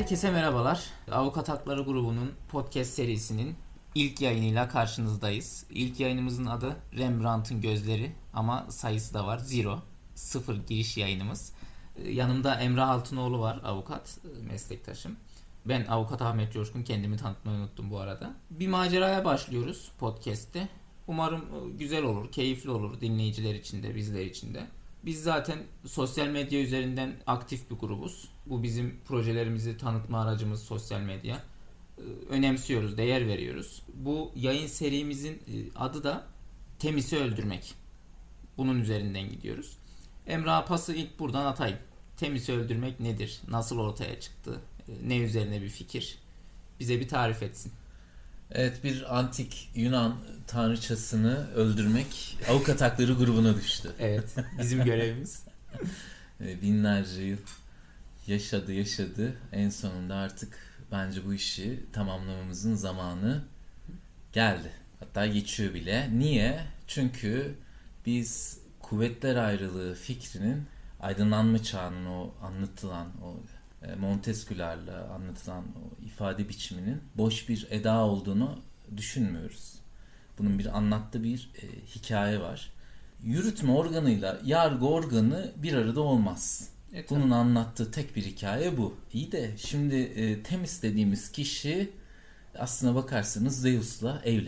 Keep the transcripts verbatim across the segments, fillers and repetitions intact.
Herkese merhabalar. Avukat Hakları grubunun podcast serisinin ilk yayınıyla karşınızdayız. İlk yayınımızın adı Rembrandt'ın Gözleri ama sayısı da var. Zero. Sıfır giriş yayınımız. Yanımda Emrah Altınoğlu var, avukat, meslektaşım. Ben avukat Ahmet Coşkun, kendimi tanıtmayı unuttum bu arada. Bir maceraya başlıyoruz podcast'te. Umarım güzel olur, keyifli olur dinleyiciler için de, bizler için de. Biz zaten sosyal medya üzerinden aktif bir grubuz. Bu bizim projelerimizi tanıtma aracımız sosyal medya. Önemsiyoruz, değer veriyoruz. Bu yayın serimizin adı da Temiz'i Öldürmek. Bunun üzerinden gidiyoruz. Emrah pası ilk buradan atayım. Temiz'i öldürmek nedir? Nasıl ortaya çıktı? Ne üzerine bir fikir? Bize bir tarif etsin. Evet, bir antik Yunan tanrıçasını öldürmek Avukat Hakları grubuna düştü. Evet, bizim görevimiz. Binlerce yıl yaşadı yaşadı. En sonunda artık bence bu işi tamamlamamızın zamanı geldi. Hatta geçiyor bile. Niye? Çünkü biz kuvvetler ayrılığı fikrinin aydınlanma çağının o anlatılan, o Montesquieu'larla anlatılan o ifade biçiminin boş bir eda olduğunu düşünmüyoruz. Bunun bir anlattığı bir e, hikaye var. Yürütme organıyla yargı organı bir arada olmaz. Evet, bunun anlattığı tek bir hikaye bu. İyi de şimdi e, Temis dediğimiz kişi aslına bakarsanız Zeus'la evli.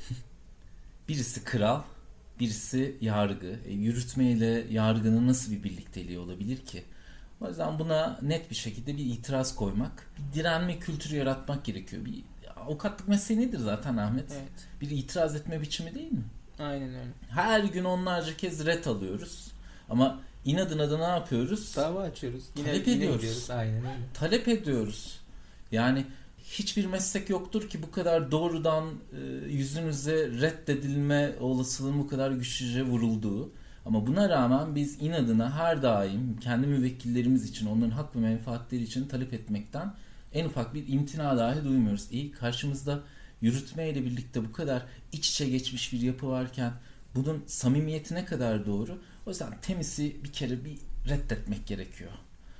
Birisi kral, birisi yargı. E, yürütme ile yargının nasıl bir birlikteliği olabilir ki? O yüzden buna net bir şekilde bir itiraz koymak, bir direnme kültürü yaratmak gerekiyor. Bir avukatlık mesleği nedir zaten Ahmet? Evet. Bir itiraz etme biçimi değil mi? Aynen öyle. Her gün onlarca kez ret alıyoruz. Ama inadına da ne yapıyoruz? Dava açıyoruz. Yine, Talep yine ediyoruz. Gidiyoruz. Aynen öyle. Talep ediyoruz. Yani hiçbir meslek yoktur ki bu kadar doğrudan e, yüzünüze reddedilme olasılığının bu kadar güçlüce vurulduğu. Ama buna rağmen biz inadına her daim kendi müvekkillerimiz için, onların hak ve menfaatleri için talep etmekten en ufak bir imtina dahi duymuyoruz. İyi, karşımızda yürütme ile birlikte bu kadar iç içe geçmiş bir yapı varken bunun samimiyeti ne kadar doğru? O yüzden Temiz'i bir kere bir reddetmek gerekiyor.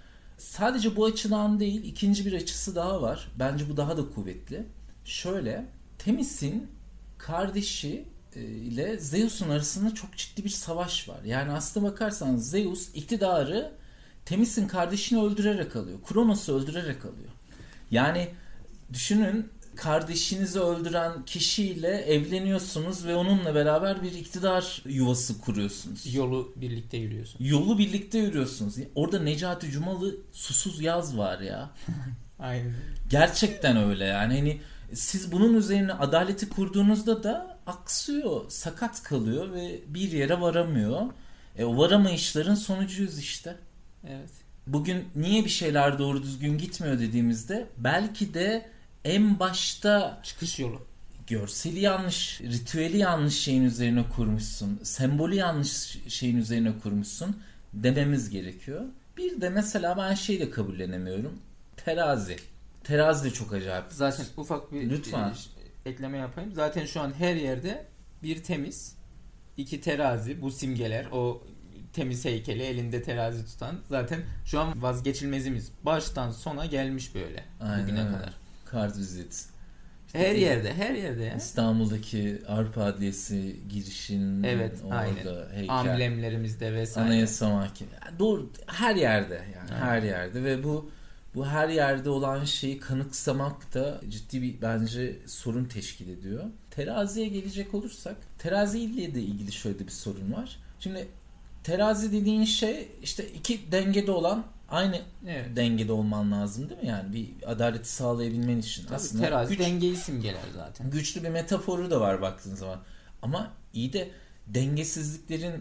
Sadece bu açıdan değil, ikinci bir açısı daha var. Bence bu daha da kuvvetli. Şöyle, Temiz'in kardeşi ile Zeus'un arasında çok ciddi bir savaş var. Yani aslına bakarsanız Zeus iktidarı Temis'in kardeşini öldürerek alıyor. Kronos'u öldürerek alıyor. Yani düşünün, kardeşinizi öldüren kişiyle evleniyorsunuz ve onunla beraber bir iktidar yuvası kuruyorsunuz. Yolu birlikte yürüyorsunuz. Yolu birlikte yürüyorsunuz. Orada Necati Cumalı susuz yaz var ya. Aynen. Gerçekten öyle yani. Hani siz bunun üzerine adaleti kurduğunuzda da aksıyor, sakat kalıyor ve bir yere varamıyor. E, o varamayışların sonucuyuz işte. Evet. Bugün niye bir şeyler doğru düzgün gitmiyor dediğimizde belki de en başta çıkış yolu. Görseli yanlış, ritüeli yanlış şeyin üzerine kurmuşsun, sembolü yanlış şeyin üzerine kurmuşsun dememiz gerekiyor. Bir de mesela ben şeyi de kabullenemiyorum. Terazi. Terazi de çok acayip. Zaten ufak bir Lütfen. E, ekleme yapayım. Zaten şu an her yerde bir temiz, iki terazi, bu simgeler, o Temiz heykeli elinde terazi tutan zaten şu an vazgeçilmezimiz. Baştan sona gelmiş böyle. Aynen, bugüne evet. kadar. Kartvizit. İşte her yerde, her yerde ya. İstanbul'daki Arpa Adliyesi girişinin evet, orada aynen. heykel. Amblemlerimizde vesaire. Anayasa Mahkemesi. Doğru, her yerde yani aynen. her yerde ve bu bu her yerde olan şeyi kanıksamak da ciddi bir bence sorun teşkil ediyor. Teraziye gelecek olursak, terazi ile de ilgili şöyle bir sorun var. Şimdi terazi dediğin şey işte iki dengede olan aynı evet. dengede olman lazım değil mi? Yani bir adaleti sağlayabilmen için. Tabii, aslında terazi güç, dengeyi simgeler zaten. Güçlü bir metaforu da var baktığın zaman. Ama iyi de dengesizliklerin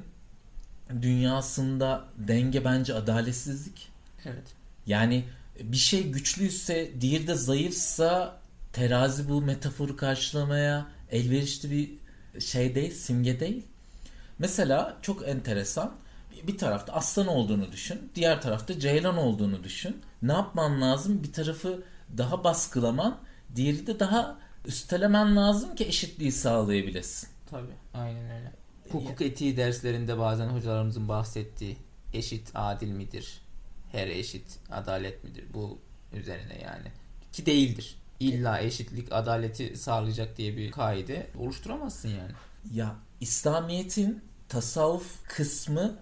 dünyasında denge bence adaletsizlik. Evet. Yani bir şey güçlüyse, diğeri de zayıfsa terazi bu metaforu karşılamaya elverişli bir şey değil, simge değil. Mesela çok enteresan, bir tarafta aslan olduğunu düşün, diğer tarafta ceylan olduğunu düşün. Ne yapman lazım? Bir tarafı daha baskılaman, diğeri de daha üstelemen lazım ki eşitliği sağlayabilesin. Tabii, aynen öyle. Hukuk etiği derslerinde bazen hocalarımızın bahsettiği eşit adil midir? Her eşit adalet midir? Bu üzerine yani. Ki değildir. İlla eşitlik, adaleti sağlayacak diye bir kaide oluşturamazsın yani. Ya İslamiyet'in tasavvuf kısmı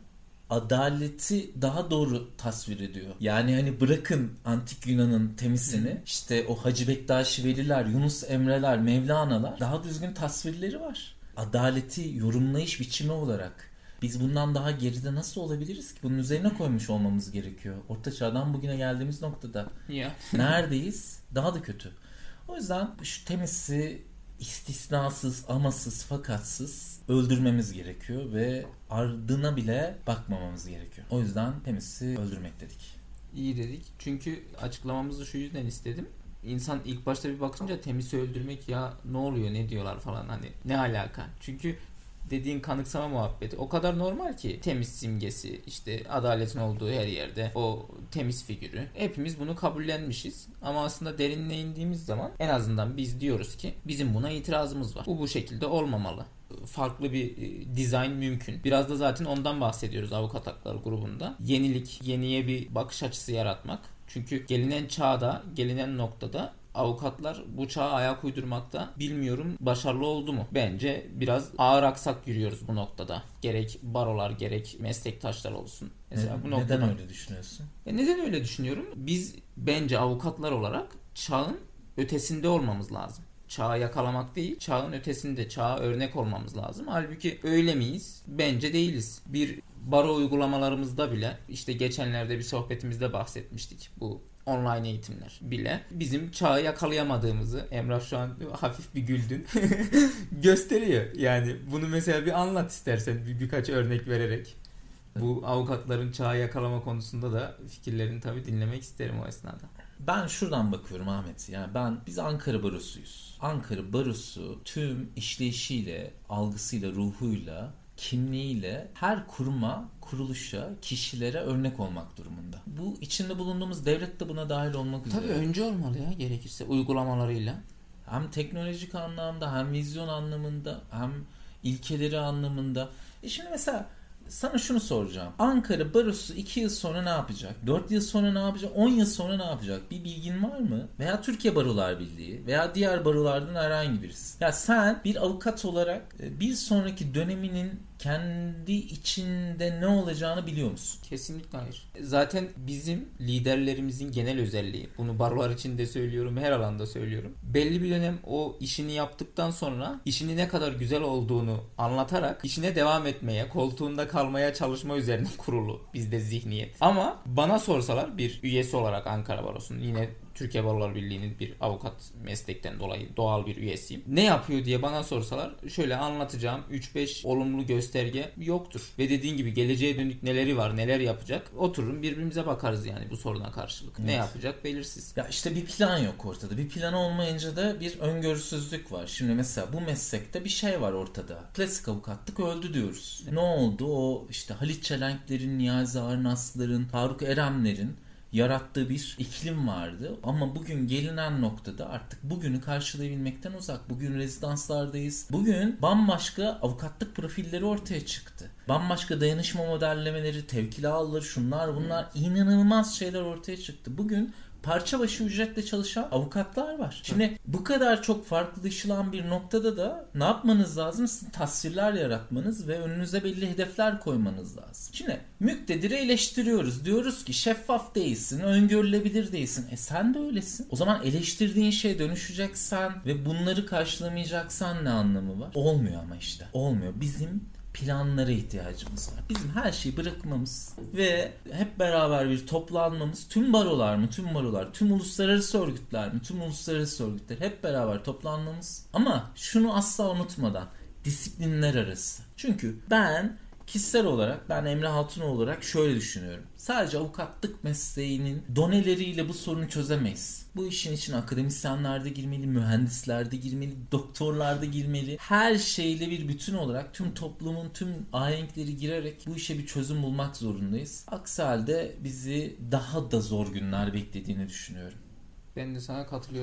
adaleti daha doğru tasvir ediyor. Yani hani bırakın antik Yunan'ın temizini, Hı. işte o Hacı Bektaşi Veliler, Yunus Emre'ler, Mevlana'lar daha düzgün tasvirleri var. Adaleti yorumlayış biçimi olarak biz bundan daha geride nasıl olabiliriz ki? Bunun üzerine koymuş olmamız gerekiyor. Orta Çağ'dan bugüne geldiğimiz noktada neredeyiz? Daha da kötü. O yüzden şu temizi istisnasız, amasız, fakatsız öldürmemiz gerekiyor ve ardına bile bakmamamız gerekiyor. O yüzden temizi öldürmek dedik. İyi dedik. Çünkü açıklamamızı şu yüzden istedim. İnsan ilk başta bir bakınca temizi öldürmek ya ne oluyor, ne diyorlar falan, hani ne alaka? Çünkü dediğin kanıksama muhabbeti o kadar normal ki, temiz simgesi, işte adaletin olduğu her yerde o temiz figürü, hepimiz bunu kabullenmişiz ama aslında derinine indiğimiz zaman en azından biz diyoruz ki bizim buna itirazımız var. Bu bu şekilde olmamalı. Farklı bir e, dizayn mümkün. Biraz da zaten ondan bahsediyoruz Avukat Hakları grubunda. Yenilik, yeniye bir bakış açısı yaratmak. Çünkü gelinen çağda, gelinen noktada avukatlar bu çağa ayak uydurmakta bilmiyorum başarılı oldu mu? Bence biraz ağır aksak yürüyoruz bu noktada. Gerek barolar gerek meslektaşlar olsun. Mesela ne, bu noktada, neden öyle düşünüyorsun? E neden öyle düşünüyorum? Biz bence avukatlar olarak çağın ötesinde olmamız lazım. Çağı yakalamak değil, çağın ötesinde, çağa örnek olmamız lazım. Halbuki öyle miyiz? Bence değiliz. Bir baro uygulamalarımızda bile, işte geçenlerde bir sohbetimizde bahsetmiştik, bu online eğitimler bile bizim çağı yakalayamadığımızı, Emrah şu an hafif bir güldün, gösteriyor. Yani bunu mesela bir anlat istersen, bir, birkaç örnek vererek. Bu avukatların çağı yakalama konusunda da fikirlerini tabii dinlemek isterim o esnada. Ben şuradan bakıyorum Ahmet. Yani ben biz Ankara Barosu'yuz. Ankara Barosu tüm işleyişiyle, algısıyla, ruhuyla, kimliğiyle her kuruma, kuruluşa, kişilere örnek olmak durumunda. Bu içinde bulunduğumuz devlet de buna dahil olmak üzere. Tabii önce olmalı ya, gerekirse uygulamalarıyla. Hem teknolojik anlamda, hem vizyon anlamında, hem ilkeleri anlamında. E şimdi mesela sana şunu soracağım. Ankara Barosu iki yıl sonra ne yapacak? dört yıl sonra ne yapacak? on yıl sonra ne yapacak? Bir bilgin var mı? Veya Türkiye Barolar Birliği veya diğer barolardan herhangi birisi. Ya sen bir avukat olarak bir sonraki döneminin kendi içinde ne olacağını biliyor musun? Kesinlikle hayır. Zaten bizim liderlerimizin genel özelliği, bunu barolar için de söylüyorum, her alanda söylüyorum. Belli bir dönem o işini yaptıktan sonra işini ne kadar güzel olduğunu anlatarak işine devam etmeye, koltuğunda kalmaya çalışma üzerine kurulu bizde zihniyet. Ama bana sorsalar, bir üyesi olarak Ankara Barosu'nun, yine Türkiye Barolar Birliği'nin bir avukat meslekten dolayı doğal bir üyesiyim. Ne yapıyor diye bana sorsalar şöyle anlatacağım üç beş olumlu gösterge yoktur. Ve dediğin gibi geleceğe dönük neleri var, neler yapacak, otururum birbirimize bakarız yani bu soruna karşılık. Evet. Ne yapacak belirsiz. Ya işte bir plan yok ortada. Bir plan olmayınca da bir öngörüsüzlük var. Şimdi mesela bu meslekte bir şey var ortada. Klasik avukatlık öldü diyoruz. Evet. Ne oldu? O işte Halit Çelenklerin, Niyazi Arnasların, Faruk Eremlerin yarattığı bir iklim vardı. Ama bugün gelinen noktada artık bugünü karşılayabilmekten uzak. Bugün rezidanslardayız. Bugün bambaşka avukatlık profilleri ortaya çıktı. Bambaşka dayanışma modellemeleri, tevkili ağları, şunlar bunlar, inanılmaz şeyler ortaya çıktı. Bugün parça başı ücretle çalışan avukatlar var. Şimdi bu kadar çok farklılaşılan bir noktada da ne yapmanız lazım? Sizin tasvirler yaratmanız ve önünüze belli hedefler koymanız lazım. Şimdi müktediri eleştiriyoruz. Diyoruz ki şeffaf değilsin, öngörülebilir değilsin. E sen de öylesin. O zaman eleştirdiğin şeye dönüşeceksen ve bunları karşılamayacaksan ne anlamı var? Olmuyor ama işte. Olmuyor. Bizim planlara ihtiyacımız var. Bizim her şeyi bırakmamız ve hep beraber bir toplanmamız, tüm barolar mı, tüm barolar, tüm uluslararası örgütler mi, tüm uluslararası örgütler hep beraber toplanmamız. Ama şunu asla unutmadan, disiplinler arası. Çünkü ben kişisel olarak, ben Emre Hatınoğlu olarak şöyle düşünüyorum. Sadece avukatlık mesleğinin doneleriyle bu sorunu çözemeyiz. Bu işin içine akademisyenler de girmeli, mühendisler de girmeli, doktorlar da girmeli. Her şeyle bir bütün olarak tüm toplumun tüm ahenkleri girerek bu işe bir çözüm bulmak zorundayız. Aksi halde bizi daha da zor günler beklediğini düşünüyorum. Ben de sana katılıyorum.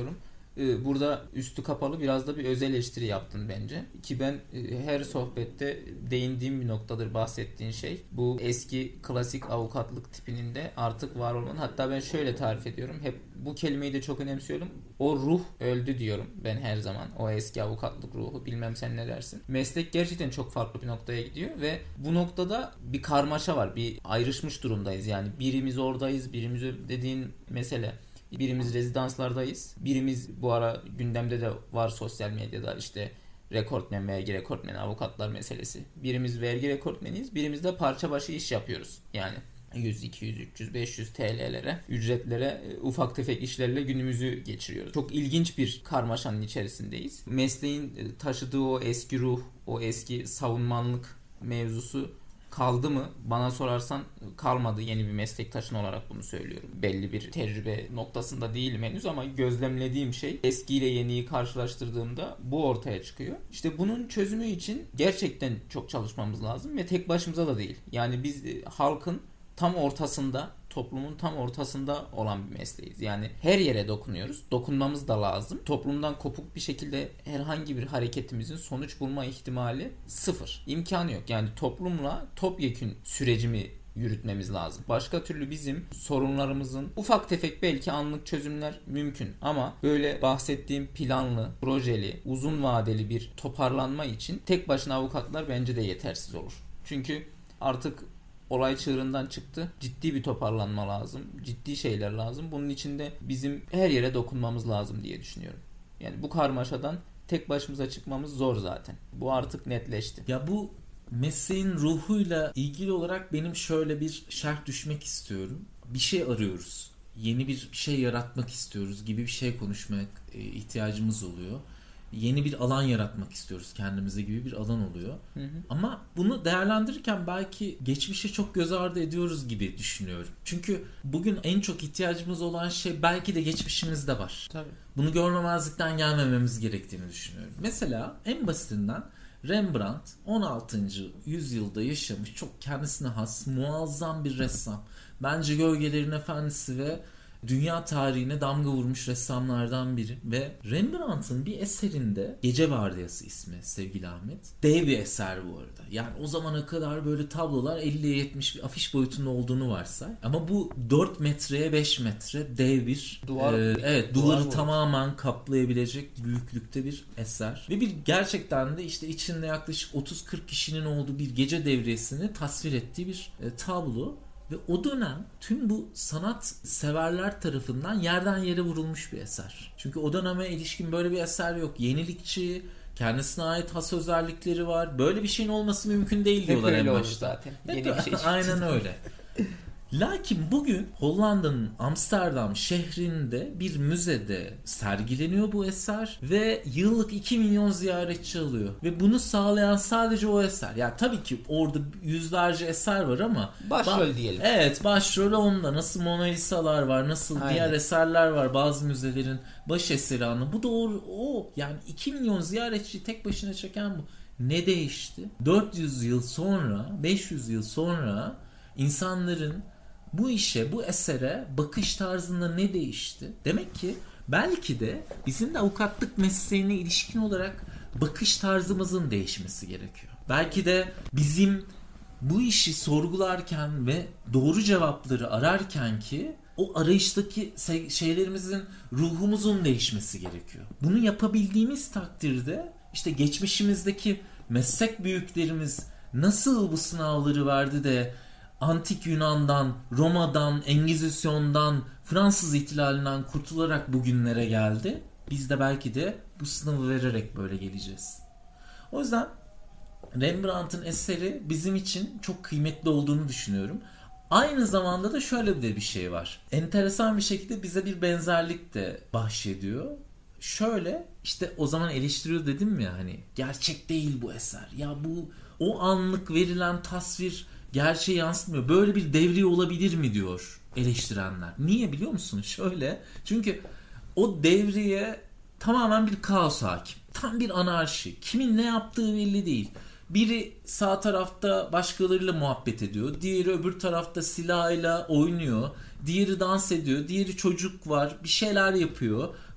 Ee, Burada üstü kapalı biraz da bir öz eleştiri yaptın bence. Ki ben e, her sohbette değindiğim bir noktadır bahsettiğin şey. Bu eski klasik avukatlık tipinin de artık var olmanın. Hatta ben şöyle tarif ediyorum. Hep bu kelimeyi de çok önemsiyorum. O ruh öldü diyorum ben her zaman. O eski avukatlık ruhu. Bilmem sen ne dersin. Meslek gerçekten çok farklı bir noktaya gidiyor ve bu noktada bir karmaşa var. Bir ayrışmış durumdayız. Yani birimiz oradayız, birimiz dediğin mesele. Birimiz rezidanslardayız. Birimiz bu ara gündemde de var sosyal medyada işte rekortmen, vergi rekortmeni, avukatlar meselesi. Birimiz vergi rekortmeniyiz. Birimiz de parça başı iş yapıyoruz. Yani yüz, iki yüz, üç yüz, beş yüz T L'lere, ücretlere, ufak tefek işlerle günümüzü geçiriyoruz. Çok ilginç bir karmaşanın içerisindeyiz. Mesleğin taşıdığı o eski ruh, o eski savunmanlık mevzusu kaldı mı? Bana sorarsan kalmadı. Yeni bir meslektaşın olarak bunu söylüyorum. Belli bir tecrübe noktasında değilim henüz ama gözlemlediğim şey eskiyle yeniyi karşılaştırdığımda bu ortaya çıkıyor. İşte bunun çözümü için gerçekten çok çalışmamız lazım ve tek başımıza da değil. Yani biz halkın tam ortasında, toplumun tam ortasında olan bir mesleğiz. Yani her yere dokunuyoruz. Dokunmamız da lazım. Toplumdan kopuk bir şekilde herhangi bir hareketimizin sonuç bulma ihtimali sıfır. İmkanı yok. Yani toplumla topyekün sürecimi yürütmemiz lazım. Başka türlü bizim sorunlarımızın ufak tefek belki anlık çözümler mümkün ama böyle bahsettiğim planlı, projeli, uzun vadeli bir toparlanma için tek başına avukatlar bence de yetersiz olur. Çünkü artık olay çığırından çıktı. Ciddi bir toparlanma lazım. Ciddi şeyler lazım. Bunun için de bizim her yere dokunmamız lazım diye düşünüyorum. Yani bu karmaşadan tek başımıza çıkmamız zor zaten. Bu artık netleşti. Ya bu mesleğin ruhuyla ilgili olarak benim şöyle bir şerh düşmek istiyorum. Bir şey arıyoruz. Yeni bir şey yaratmak istiyoruz gibi bir şey konuşmaya ihtiyacımız oluyor. Yeni bir alan yaratmak istiyoruz kendimize gibi bir alan oluyor. Hı hı. Ama bunu değerlendirirken belki geçmişi çok göz ardı ediyoruz gibi düşünüyorum. Çünkü bugün en çok ihtiyacımız olan şey belki de geçmişimizde var. Tabii. Bunu görmemezlikten gelmememiz gerektiğini düşünüyorum. Mesela en basitinden Rembrandt on altıncı yüzyılda yaşamış çok kendisine has muazzam bir ressam. Bence Gölgelerin Efendisi ve dünya tarihine damga vurmuş ressamlardan biri ve Rembrandt'ın bir eserinde Gece Vardiyası ismi sevgili Ahmet. Dev bir eser bu arada. Yani o zamana kadar böyle tablolar elliye yetmiş bir afiş boyutunda olduğunu varsay. Ama bu dört metreye beş metre dev bir duvar. E, evet duvarı duvar tamamen kaplayabilecek büyüklükte bir eser. Ve bir gerçekten de işte içinde yaklaşık otuz kırk kişinin olduğu bir gece devriyesini tasvir ettiği bir e, tablo. Ve o dönem tüm bu sanat severler tarafından yerden yere vurulmuş bir eser. Çünkü o döneme ilişkin böyle bir eser yok. Yenilikçi, kendisine ait has özellikleri var. Böyle bir şeyin olması mümkün değil diyorlar en başta. Zaten. Hep Yeni bir şey çıktı. Aynen öyle. Lakin bugün Hollanda'nın Amsterdam şehrinde bir müzede sergileniyor bu eser ve yıllık iki milyon ziyaretçi alıyor. Ve bunu sağlayan sadece o eser. Yani tabii ki orada yüzlerce eser var ama başrol ba- diyelim. Evet, başrol onda. Nasıl Mona Lisa'lar var, nasıl Aynen. diğer eserler var bazı müzelerin baş eseri anlamı. Bu doğru o. Yani iki milyon ziyaretçi tek başına çeken bu. Ne değişti? dört yüz yıl sonra, beş yüz yıl sonra insanların bu işe, bu esere bakış tarzında ne değişti? Demek ki belki de bizim de avukatlık mesleğine ilişkin olarak bakış tarzımızın değişmesi gerekiyor. Belki de bizim bu işi sorgularken ve doğru cevapları ararken ki o arayıştaki şeylerimizin, ruhumuzun değişmesi gerekiyor. Bunu yapabildiğimiz takdirde işte geçmişimizdeki meslek büyüklerimiz nasıl bu sınavları verdi de Antik Yunan'dan, Roma'dan, Engizisyon'dan, Fransız ihtilalinden kurtularak bugünlere geldi. Biz de belki de bu sınavı vererek böyle geleceğiz. O yüzden Rembrandt'ın eseri bizim için çok kıymetli olduğunu düşünüyorum. Aynı zamanda da şöyle de bir şey var. Enteresan bir şekilde bize bir benzerlik de bahşediyor. Şöyle işte o zaman eleştiriyor dedim ya hani gerçek değil bu eser. Ya bu o anlık verilen tasvir gerçeği yansıtmıyor. Böyle bir devriye olabilir mi diyor eleştirenler. Niye biliyor musun? Şöyle. Çünkü o devriye tamamen bir kaos hakim. Tam bir anarşi. Kimin ne yaptığı belli değil. Biri sağ tarafta başkalarıyla muhabbet ediyor. Diğeri öbür tarafta silahıyla oynuyor. Diğeri dans ediyor. Diğeri çocuk var. Bir şeyler yapıyor.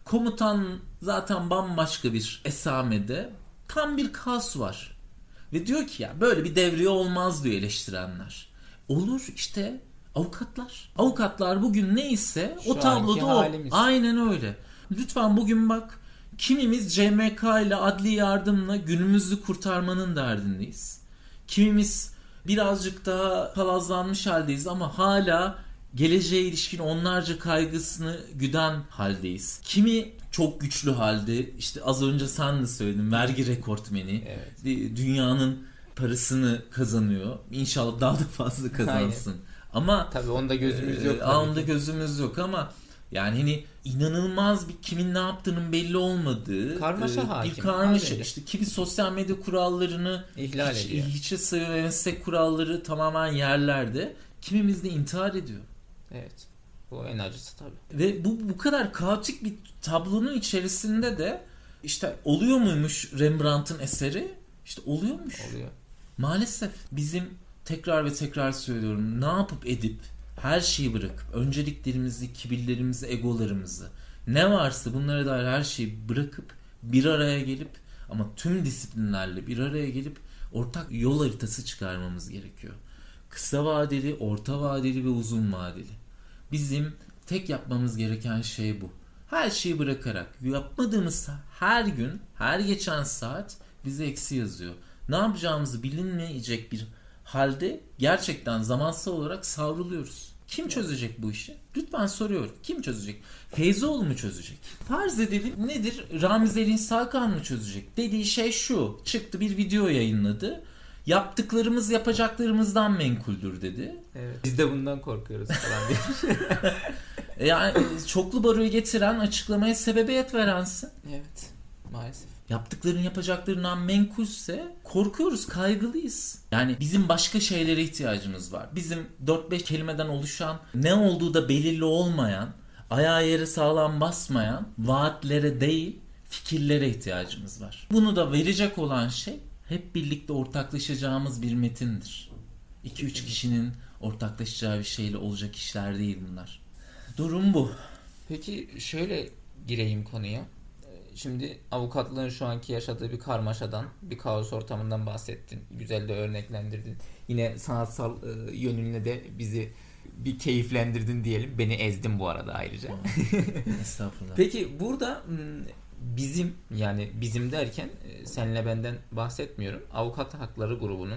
Komutan zaten bambaşka bir esamede. Tam bir kaos var. Ve diyor ki ya böyle bir devriye olmaz diyor eleştirenler. Olur işte avukatlar. Avukatlar bugün neyse Şu o tabloda o. halimiz. Aynen öyle. Lütfen bugün bak, kimimiz C M K ile adli yardımla günümüzü kurtarmanın derdindeyiz. Kimimiz birazcık daha palazlanmış haldeyiz ama hala geleceğe ilişkin onlarca kaygısını güden haldeyiz. Kimi çok güçlü halde, işte az önce sen de söyledin, vergi rekortmeni, Evet. dünyanın parasını kazanıyor. İnşallah daha da fazla kazansın. Aynen. Ama Tabii onda gözümüz yok. e, Onda gözümüz yok ama yani hani inanılmaz bir kimin ne yaptığının belli olmadığı Karmaşa e, hakim. bir karmaşa. Aynen. İşte kimi sosyal medya kurallarını İhlal hiç, ediyor. hiçe sayıyor ve meslek kuralları tamamen yerlerde. Kimimiz de intihar ediyor. Evet. Bu en acısı tabii. Ve bu bu kadar kaotik bir tablonun içerisinde de işte oluyor muymuş Rembrandt'ın eseri? İşte oluyormuş. Oluyor. Maalesef bizim, tekrar ve tekrar söylüyorum, ne yapıp edip her şeyi bırakıp önceliklerimizi, kibirlerimizi, egolarımızı, ne varsa bunlara dair her şeyi bırakıp bir araya gelip, ama tüm disiplinlerle bir araya gelip ortak yol haritası çıkarmamız gerekiyor. Kısa vadeli, orta vadeli ve uzun vadeli. Bizim tek yapmamız gereken şey bu. Her şeyi bırakarak yapmadığımız her gün, her geçen saat bize eksi yazıyor. Ne yapacağımızı bilinmeyecek bir halde gerçekten zamansal olarak savruluyoruz. Kim çözecek bu işi? Lütfen soruyorum. Kim çözecek? Feyzoğlu mu çözecek? Farz edelim, nedir? Ramiz Elin Salkan mı çözecek? Dediği şey şu. Çıktı, bir video yayınladı. Yaptıklarımız yapacaklarımızdan menkuldür dedi. Evet. Biz de bundan korkuyoruz falan diye. Yani çoklu baroyu getiren, açıklamaya sebebiyet verensin. Evet. Maalesef. Yaptıkların yapacaklarından menkulse korkuyoruz, kaygılıyız. Yani bizim başka şeylere ihtiyacımız var. Bizim dört beş kelimeden oluşan, ne olduğu da belirli olmayan, ayağı yere sağlam basmayan vaatlere değil, fikirlere ihtiyacımız var. Bunu da verecek olan şey hep birlikte ortaklaşacağımız bir metindir. iki üç kişinin ortaklaşacağı bir şeyle olacak işler değil bunlar. Durum bu. Peki şöyle gireyim konuya. Şimdi avukatlığın şu anki yaşadığı bir karmaşadan, bir kaos ortamından bahsettin. Güzel de örneklendirdin. Yine sanatsal e, yönünle de bizi bir keyiflendirdin diyelim. Beni ezdin bu arada ayrıca. Estağfurullah. Peki burada bizim, yani bizim derken senle benden bahsetmiyorum. Avukat Hakları grubunun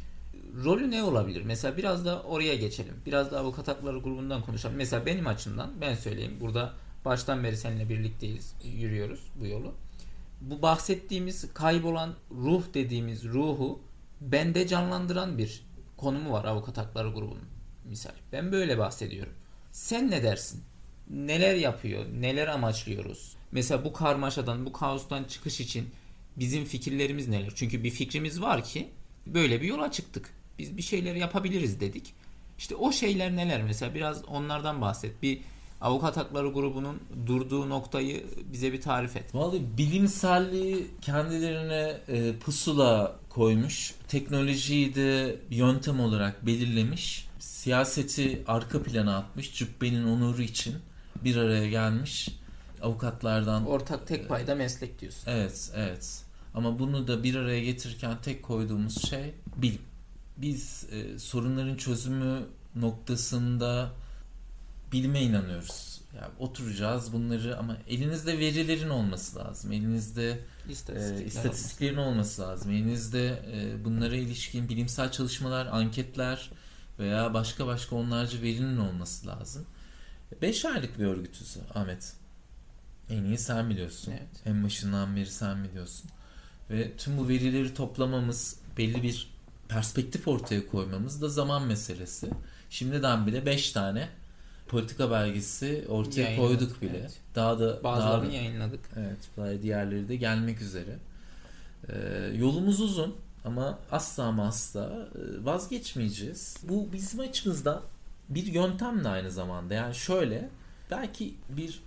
rolü ne olabilir? Mesela biraz da oraya geçelim. Biraz da Avukat Hakları grubundan konuşalım. Mesela benim açımdan ben söyleyeyim. Burada baştan beri seninle birlikteyiz, yürüyoruz bu yolu. Bu bahsettiğimiz kaybolan ruh dediğimiz ruhu bende canlandıran bir konumu var Avukat Hakları grubunun. Misal. Ben böyle bahsediyorum. Sen ne dersin? Neler yapıyor? Neler amaçlıyoruz? Mesela bu karmaşadan, bu kaostan çıkış için bizim fikirlerimiz neler? Çünkü bir fikrimiz var ki böyle bir yola çıktık. Biz bir şeyler yapabiliriz dedik. İşte o şeyler neler? Mesela biraz onlardan bahset. Bir Avukat Hakları grubunun durduğu noktayı bize bir tarif et. Vallahi bilimselliği kendilerine e, pusula koymuş. Teknolojiyi de yöntem olarak belirlemiş. Siyaseti arka plana atmış. Cübbenin onuru için bir araya gelmiş. Avukatlardan... Ortak tek payda meslek diyorsun. Evet, evet. Ama bunu da bir araya getirirken tek koyduğumuz şey bilim. Biz e, sorunların çözümü noktasında bilime inanıyoruz. Yani oturacağız bunları, ama elinizde verilerin olması lazım. Elinizde İstatistikler e, istatistiklerin olması lazım. Elinizde e, bunlara ilişkin bilimsel çalışmalar, anketler veya başka başka onlarca verinin olması lazım. Beş aylık bir örgütüz Ahmet. En iyi sen biliyorsun. Evet. En başından beri sen biliyorsun. Ve tüm bu verileri toplamamız, belli bir perspektif ortaya koymamız da zaman meselesi. Şimdiden bile beş tane politika belgesi ortaya Yayınladık, koyduk bile. evet. Daha da Bazılarını daha da, yayınladık. evet, daha diğerleri de gelmek üzere. Ee, yolumuz uzun ama asla ama asla vazgeçmeyeceğiz. Bu bizim açımızdan bir yöntem de aynı zamanda. Yani şöyle, belki bir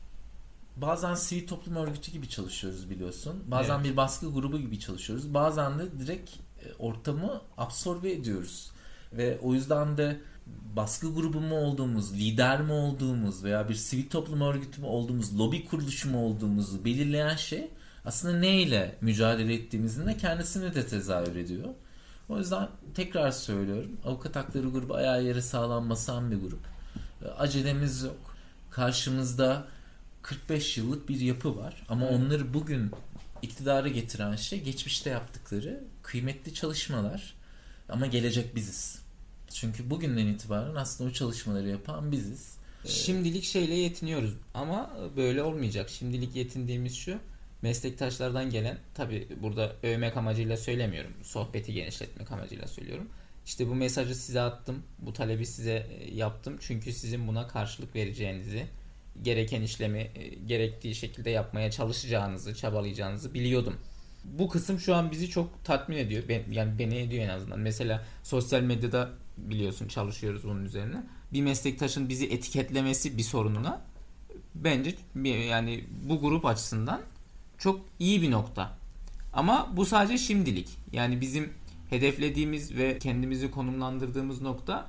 bazen sivil toplum örgütü gibi çalışıyoruz biliyorsun. Bazen evet. bir baskı grubu gibi çalışıyoruz. Bazen de direkt ortamı absorbe ediyoruz. Ve o yüzden de baskı grubu mu olduğumuz, lider mi olduğumuz veya bir sivil toplum örgütü mü olduğumuz, lobi kuruluşu mu olduğumuzu belirleyen şey aslında neyle mücadele ettiğimizin de kendisini de tezahür ediyor. O yüzden tekrar söylüyorum, avukat hakları grubu ayağı yere sağlam basan bir grup. Acelemiz yok. Karşımızda kırk beş yıllık bir yapı var ama evet. onları bugün iktidara getiren şey geçmişte yaptıkları kıymetli çalışmalar ama gelecek biziz. Çünkü bugünden itibaren aslında o çalışmaları yapan biziz. Şimdilik şeyle yetiniyoruz ama böyle olmayacak. Şimdilik yetindiğimiz şu, meslektaşlardan gelen, tabi burada övmek amacıyla söylemiyorum, sohbeti genişletmek amacıyla söylüyorum. İşte bu mesajı size attım, bu talebi size yaptım çünkü sizin buna karşılık vereceğinizi, gereken işlemi gerektiği şekilde yapmaya çalışacağınızı, çabalayacağınızı biliyordum. Bu kısım şu an bizi çok tatmin ediyor. Ben, yani beni ediyor en azından. Mesela sosyal medyada biliyorsun çalışıyoruz bunun üzerine. Bir meslektaşın bizi etiketlemesi bir sorununa bence yani bu grup açısından çok iyi bir nokta. Ama bu sadece şimdilik. Yani bizim hedeflediğimiz ve kendimizi konumlandırdığımız nokta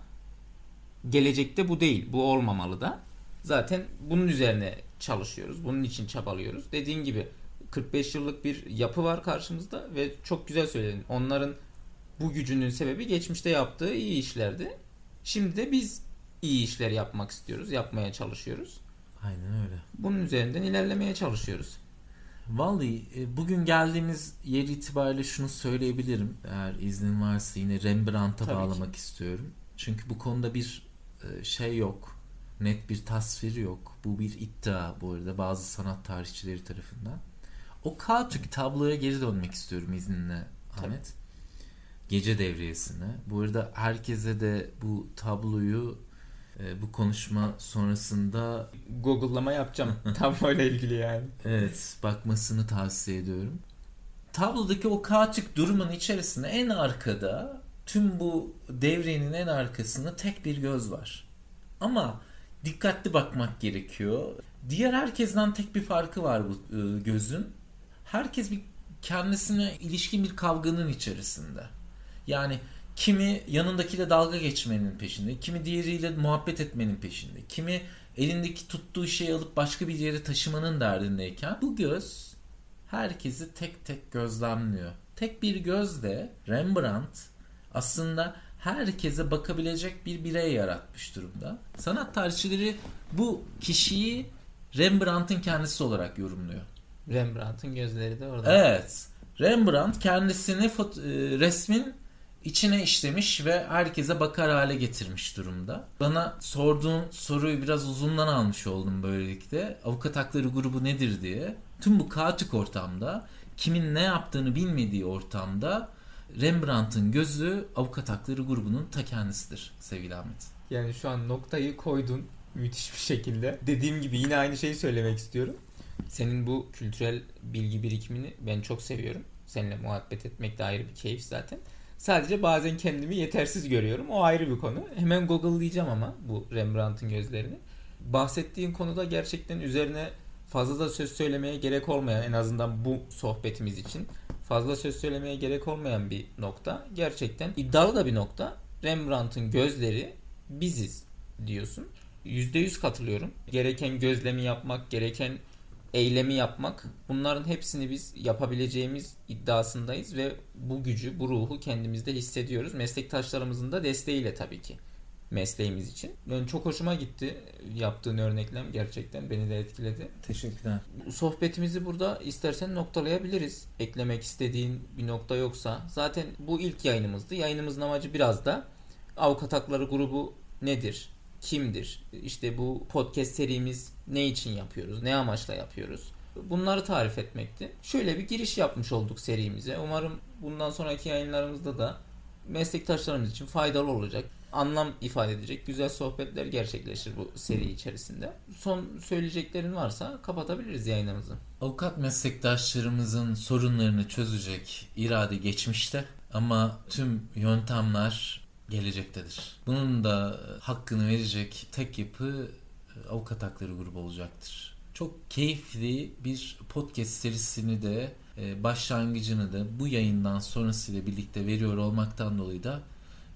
gelecekte bu değil. Bu olmamalı da. Zaten bunun üzerine çalışıyoruz. Bunun için çabalıyoruz. Dediğin gibi kırk beş yıllık bir yapı var karşımızda ve çok güzel söyledin. Onların bu gücünün sebebi geçmişte yaptığı iyi işlerdi. Şimdi de biz iyi işler yapmak istiyoruz, yapmaya çalışıyoruz. Aynen öyle. Bunun üzerinden ilerlemeye çalışıyoruz. Vallahi bugün geldiğimiz yer itibariyle şunu söyleyebilirim. Eğer iznin varsa yine Rembrandt'a Tabii bağlamak ki. istiyorum. Çünkü bu konuda bir şey yok. Net bir tasvir yok. Bu bir iddia bu arada bazı sanat tarihçileri tarafından. O kaotik tabloya geri dönmek istiyorum izninle Ahmet. Tabii. Gece devriyesine. Bu arada herkese de bu tabloyu e, bu konuşma sonrasında Google'lama yapacağım. Tam öyle ilgili yani. Evet, bakmasını tavsiye ediyorum. Tablodaki o kaotik durumun içerisinde en arkada, tüm bu devrenin en arkasında tek bir göz var. Ama dikkatli bakmak gerekiyor. Diğer herkesten tek bir farkı var bu e, gözün. Herkes bir kendisine ilişkin bir kavganın içerisinde. Yani kimi yanındakiyle dalga geçmenin peşinde, kimi diğeriyle muhabbet etmenin peşinde, kimi elindeki tuttuğu şeyi alıp başka bir yere taşımanın derdindeyken bu göz herkesi tek tek gözlemliyor. Tek bir gözle Rembrandt aslında herkese bakabilecek bir birey yaratmış durumda. Sanat tarihçileri bu kişiyi Rembrandt'ın kendisi olarak yorumluyor. Rembrandt'ın gözleri de orada. Evet. Rembrandt kendisini foto- resmin içine işlemiş ve herkese bakar hale getirmiş durumda. Bana sorduğun soruyu biraz uzundan almış oldum böylelikle. Avukat hakları grubu nedir diye. Tüm bu kaotik ortamda, kimin ne yaptığını bilmediği ortamda Rembrandt'ın gözü avukat hakları grubunun ta kendisidir sevgili Ahmet. Yani şu an noktayı koydun müthiş bir şekilde. Dediğim gibi yine aynı şeyi söylemek istiyorum. Senin bu kültürel bilgi birikimini ben çok seviyorum. Seninle muhabbet etmek de ayrı bir keyif zaten. Sadece bazen kendimi yetersiz görüyorum. O ayrı bir konu. Hemen Google'layacağım ama bu Rembrandt'ın gözlerini. Bahsettiğin konuda gerçekten üzerine fazla da söz söylemeye gerek olmayan, en azından bu sohbetimiz için fazla söz söylemeye gerek olmayan bir nokta. Gerçekten iddialı da bir nokta. Rembrandt'ın gözleri biziz diyorsun. yüzde yüz katılıyorum. Gereken gözlemi yapmak, gereken eylemi yapmak, bunların hepsini biz yapabileceğimiz iddiasındayız ve bu gücü, bu ruhu kendimizde hissediyoruz. Meslektaşlarımızın da desteğiyle tabii ki mesleğimiz için. Yani çok hoşuma gitti yaptığın örneklem, gerçekten beni de etkiledi. Teşekkürler. Sohbetimizi burada istersen noktalayabiliriz. Eklemek istediğin bir nokta yoksa. Zaten bu ilk yayınımızdı. Yayınımızın amacı biraz da avukat hakları grubu nedir? Kimdir? İşte bu podcast serimiz ne için yapıyoruz? Ne amaçla yapıyoruz? Bunları tarif etmekti. Şöyle bir giriş yapmış olduk serimize. Umarım bundan sonraki yayınlarımızda da meslektaşlarımız için faydalı olacak, anlam ifade edecek güzel sohbetler gerçekleşir bu seri içerisinde. Son söyleyeceklerin varsa kapatabiliriz yayınımızı. Avukat meslektaşlarımızın sorunlarını çözecek irade geçmişte ama tüm yöntemler gelecektedir. Bunun da hakkını verecek tek yapı avukat hakları grubu olacaktır. Çok keyifli bir podcast serisini de başlangıcını da bu yayından sonrasıyla birlikte veriyor olmaktan dolayı da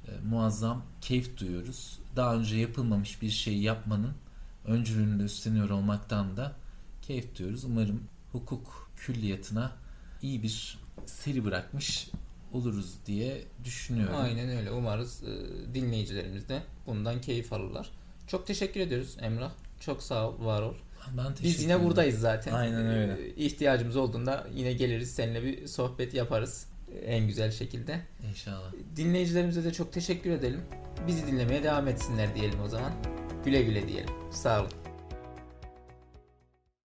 e, muazzam keyif duyuyoruz. Daha önce yapılmamış bir şeyi yapmanın öncülüğünü de üstleniyor olmaktan da keyif duyuyoruz. Umarım hukuk külliyatına iyi bir seri bırakmış oluruz diye düşünüyorum. Aynen öyle. Umarız e, dinleyicilerimiz de bundan keyif alırlar. Çok teşekkür ediyoruz Emrah. Çok sağ ol, var ol. Ben teşekkür Biz yine ederim. buradayız zaten. Aynen öyle. E, ihtiyacımız olduğunda yine geliriz, seninle bir sohbet yaparız en güzel şekilde. İnşallah. Dinleyicilerimize de çok teşekkür edelim. Bizi dinlemeye devam etsinler diyelim o zaman. Güle güle diyelim. Sağ olun.